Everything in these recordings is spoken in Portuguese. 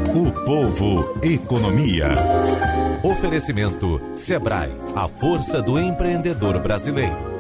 O Povo Economia. Oferecimento Sebrae, a força do empreendedor brasileiro.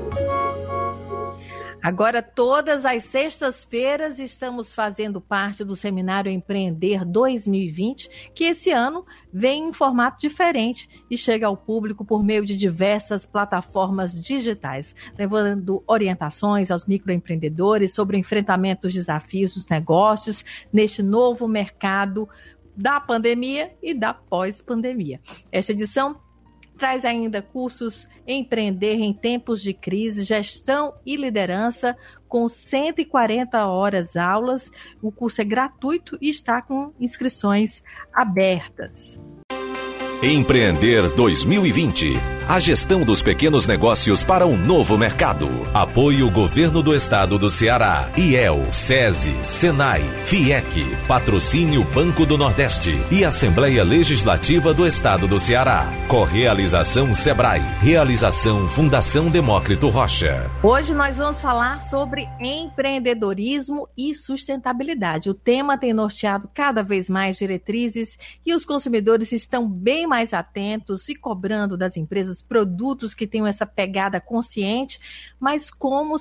Agora, todas as sextas-feiras, estamos fazendo parte do Seminário Empreender 2020, que esse ano vem em formato diferente e chega ao público por meio de diversas plataformas digitais, levando orientações aos microempreendedores sobre o enfrentamento dos desafios dos negócios neste novo mercado da pandemia e da pós-pandemia. Esta edição traz ainda cursos Empreender em Tempos de Crise, Gestão e Liderança, com 140 horas aulas. O curso é gratuito e está com inscrições abertas. Empreender 2020. A gestão dos pequenos negócios para um novo mercado. Apoio Governo do Estado do Ceará, IEL, SESI, Senai, FIEC, Patrocínio Banco do Nordeste e Assembleia Legislativa do Estado do Ceará. Correalização Sebrae. Realização Fundação Demócrito Rocha. Hoje nós vamos falar sobre empreendedorismo e sustentabilidade. O tema tem norteado cada vez mais diretrizes e os consumidores estão bem mais atentos e cobrando das empresas produtos que tenham essa pegada consciente, mas como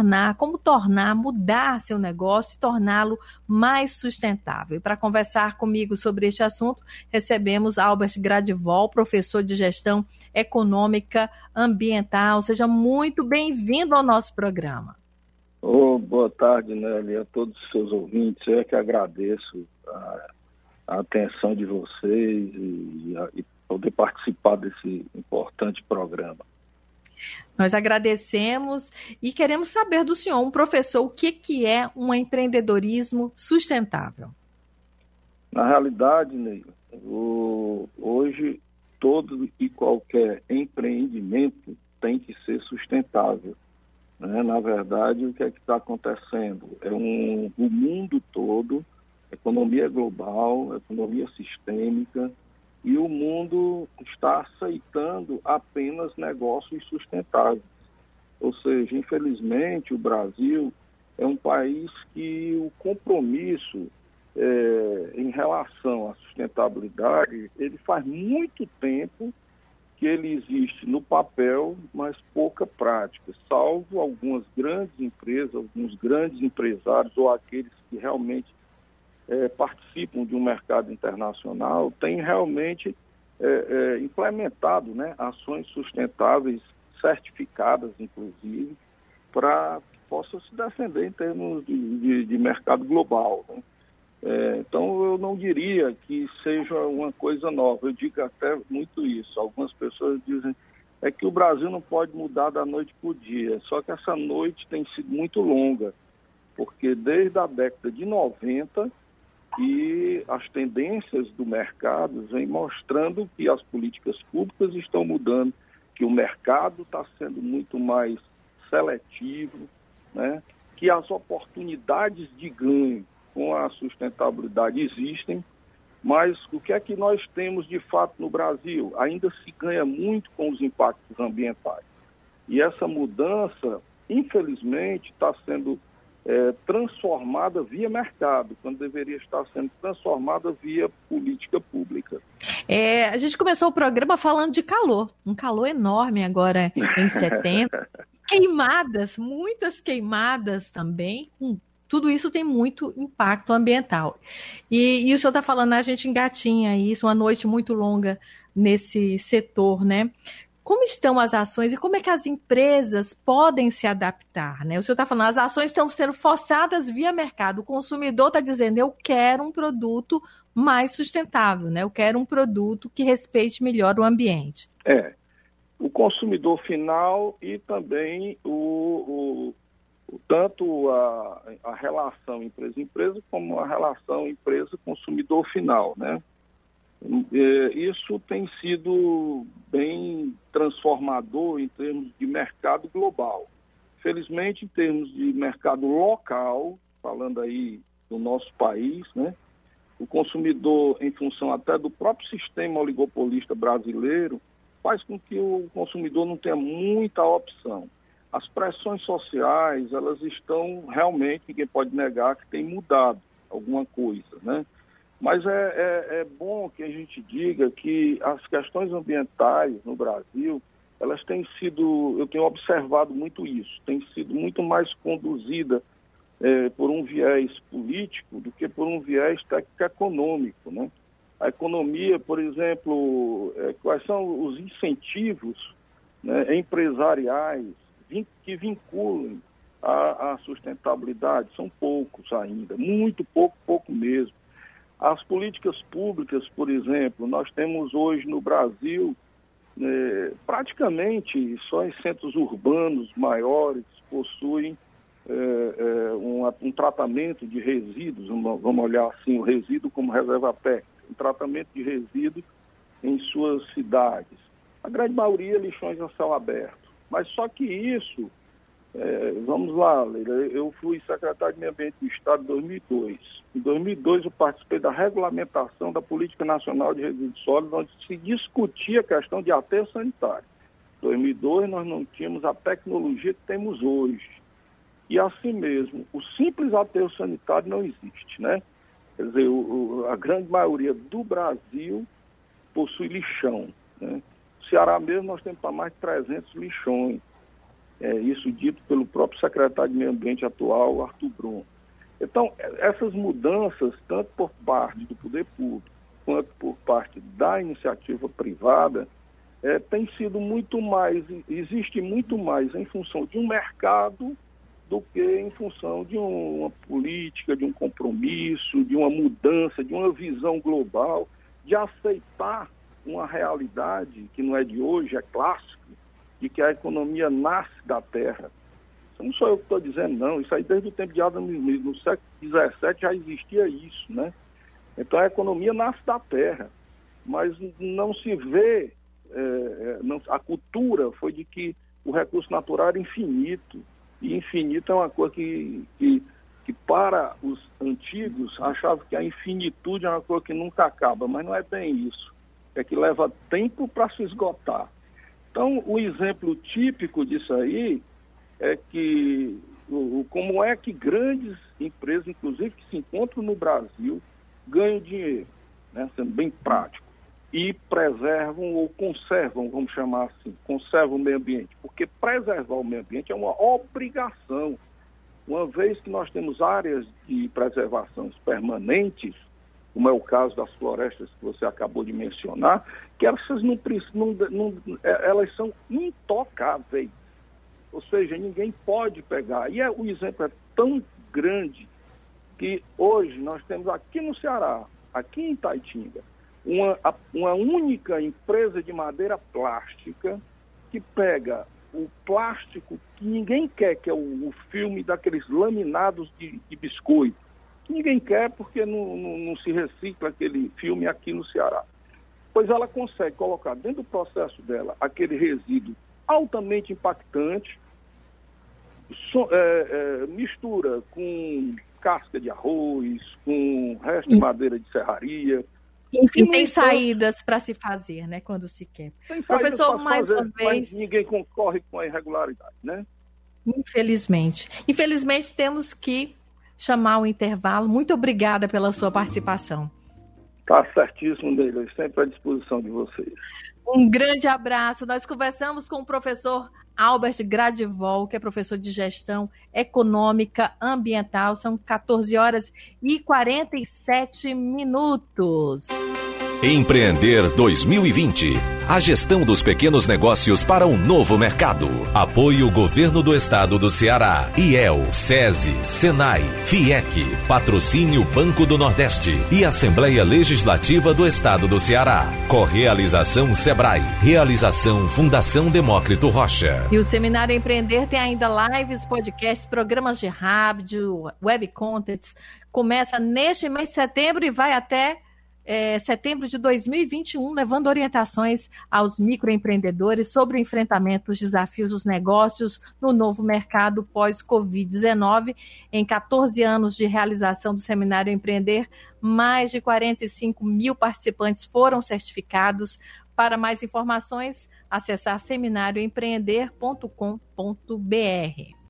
mudar seu negócio e torná-lo mais sustentável. E para conversar comigo sobre este assunto, recebemos Albert Gradivol, professor de Gestão Econômica Ambiental. Seja muito bem-vindo ao nosso programa. Boa tarde, Nelly, a todos os seus ouvintes. Eu é que agradeço a atenção de vocês e poder participar desse importante programa. Nós agradecemos e queremos saber do senhor, um professor, o que é um empreendedorismo sustentável? Na realidade, Ney, hoje todo e qualquer empreendimento tem que ser sustentável, né? Na verdade, o que é que está acontecendo? O mundo todo, economia global, economia sistêmica, e o mundo está aceitando apenas negócios sustentáveis. Ou seja, infelizmente, o Brasil é um país que o compromisso em relação à sustentabilidade, ele faz muito tempo que ele existe no papel, mas pouca prática, salvo algumas grandes empresas, alguns grandes empresários ou aqueles que realmente participam de um mercado internacional, têm realmente implementado, né, ações sustentáveis, certificadas, inclusive, para que possam se defender em termos de mercado global, né? Então, eu não diria que seja uma coisa nova, eu digo até muito isso. Algumas pessoas dizem que o Brasil não pode mudar da noite para o dia, só que essa noite tem sido muito longa, porque desde a década de 90, e as tendências do mercado vêm mostrando que as políticas públicas estão mudando, que o mercado está sendo muito mais seletivo, né? Que as oportunidades de ganho com a sustentabilidade existem, mas o que é que nós temos de fato no Brasil? Ainda se ganha muito com os impactos ambientais. E essa mudança, infelizmente, está sendo transformada via mercado, quando deveria estar sendo transformada via política pública. A gente começou o programa falando de calor, um calor enorme agora em setembro, queimadas, muitas queimadas também, tudo isso tem muito impacto ambiental. E o senhor está falando, a gente engatinha isso, uma noite muito longa nesse setor, né? Como estão as ações e como é que as empresas podem se adaptar, né? O senhor está falando, as ações estão sendo forçadas via mercado. O consumidor está dizendo, eu quero um produto mais sustentável, né? Eu quero um produto que respeite melhor o ambiente. O consumidor final e também tanto a relação empresa-empresa como a relação empresa-consumidor final, né? Isso tem sido bem transformador em termos de mercado global. Felizmente, em termos de mercado local, falando aí do nosso país, né, o consumidor, em função até do próprio sistema oligopolista brasileiro, faz com que o consumidor não tenha muita opção. As pressões sociais, elas estão realmente, ninguém pode negar que tem mudado alguma coisa, né? Mas é bom que a gente diga que as questões ambientais no Brasil, elas têm sido, eu tenho observado muito isso, tem sido muito mais conduzida por um viés político do que por um viés técnico-econômico, né? A economia, por exemplo, quais são os incentivos, né, empresariais que vinculam a sustentabilidade? São poucos ainda, muito pouco mesmo. As políticas públicas, por exemplo, nós temos hoje no Brasil, praticamente só em centros urbanos maiores possuem um tratamento de resíduos, vamos olhar assim, o resíduo como reserva técnica, um tratamento de resíduos em suas cidades. A grande maioria lixões a céu aberto. Mas só que isso, vamos lá, Leila, eu fui secretário de Meio Ambiente do Estado em 2002. Em 2002 eu participei da regulamentação da Política Nacional de Resíduos Sólidos, onde se discutia a questão de aterro sanitário. Em 2002 nós não tínhamos a tecnologia que temos hoje. E assim mesmo, o simples aterro sanitário não existe, né? Quer dizer, a grande maioria do Brasil possui lixão, né? No Ceará mesmo nós temos para mais de 300 lixões. Isso dito pelo próprio secretário de Meio Ambiente atual, Arthur Brum. Então, essas mudanças, tanto por parte do poder público quanto por parte da iniciativa privada, tem sido muito mais, existe muito mais em função de um mercado do que em função de uma política, de um compromisso, de uma mudança, de uma visão global, de aceitar uma realidade que não é de hoje, é clássica, de que a economia nasce da terra. Isso não sou eu que estou dizendo, não. Isso aí desde o tempo de Adam Smith, no século XVII já existia isso, né? Então a economia nasce da terra, mas não se vê, a cultura foi de que o recurso natural era infinito, e infinito é uma coisa que para os antigos achavam que a infinitude é uma coisa que nunca acaba, mas não é bem isso. É que leva tempo para se esgotar. Então, o exemplo típico disso aí é que, como é que grandes empresas, inclusive que se encontram no Brasil, ganham dinheiro, né, sendo bem prático, e preservam ou conservam, vamos chamar assim, conservam o meio ambiente, porque preservar o meio ambiente é uma obrigação. Uma vez que nós temos áreas de preservação permanentes, como é o caso das florestas que você acabou de mencionar, que elas são intocáveis. Ou seja, ninguém pode pegar. E o exemplo é tão grande que hoje nós temos aqui no Ceará, aqui em Itaitinga, uma única empresa de madeira plástica que pega o plástico que ninguém quer, que é o filme daqueles laminados de biscoito. Ninguém quer porque não se recicla aquele filme aqui no Ceará. Pois ela consegue colocar dentro do processo dela aquele resíduo altamente impactante, mistura com casca de arroz, com resto de madeira de serraria. Enfim, tem saídas para se fazer, né, quando se quer. Professor, mais uma vez... Ninguém concorre com a irregularidade, né? Infelizmente. Infelizmente, temos que chamar o intervalo. Muito obrigada pela sua participação. Está certíssimo, Neila. Sempre à disposição de vocês. Um grande abraço. Nós conversamos com o professor Albert Gradivol, que é professor de gestão econômica ambiental. São 14h47. Empreender 2020. A gestão dos pequenos negócios para um novo mercado. Apoio Governo do Estado do Ceará, IEL, SESI, SENAI, FIEC, Patrocínio Banco do Nordeste e Assembleia Legislativa do Estado do Ceará. Correalização Sebrae. Realização Fundação Demócrito Rocha. E o Seminário Empreender tem ainda lives, podcasts, programas de rádio, web contents. Começa neste mês de setembro e vai até setembro de 2021, levando orientações aos microempreendedores sobre o enfrentamento dos desafios dos negócios no novo mercado pós-Covid-19. Em 14 anos de realização do Seminário Empreender, mais de 45 mil participantes foram certificados. Para mais informações, acessar seminarioempreender.com.br.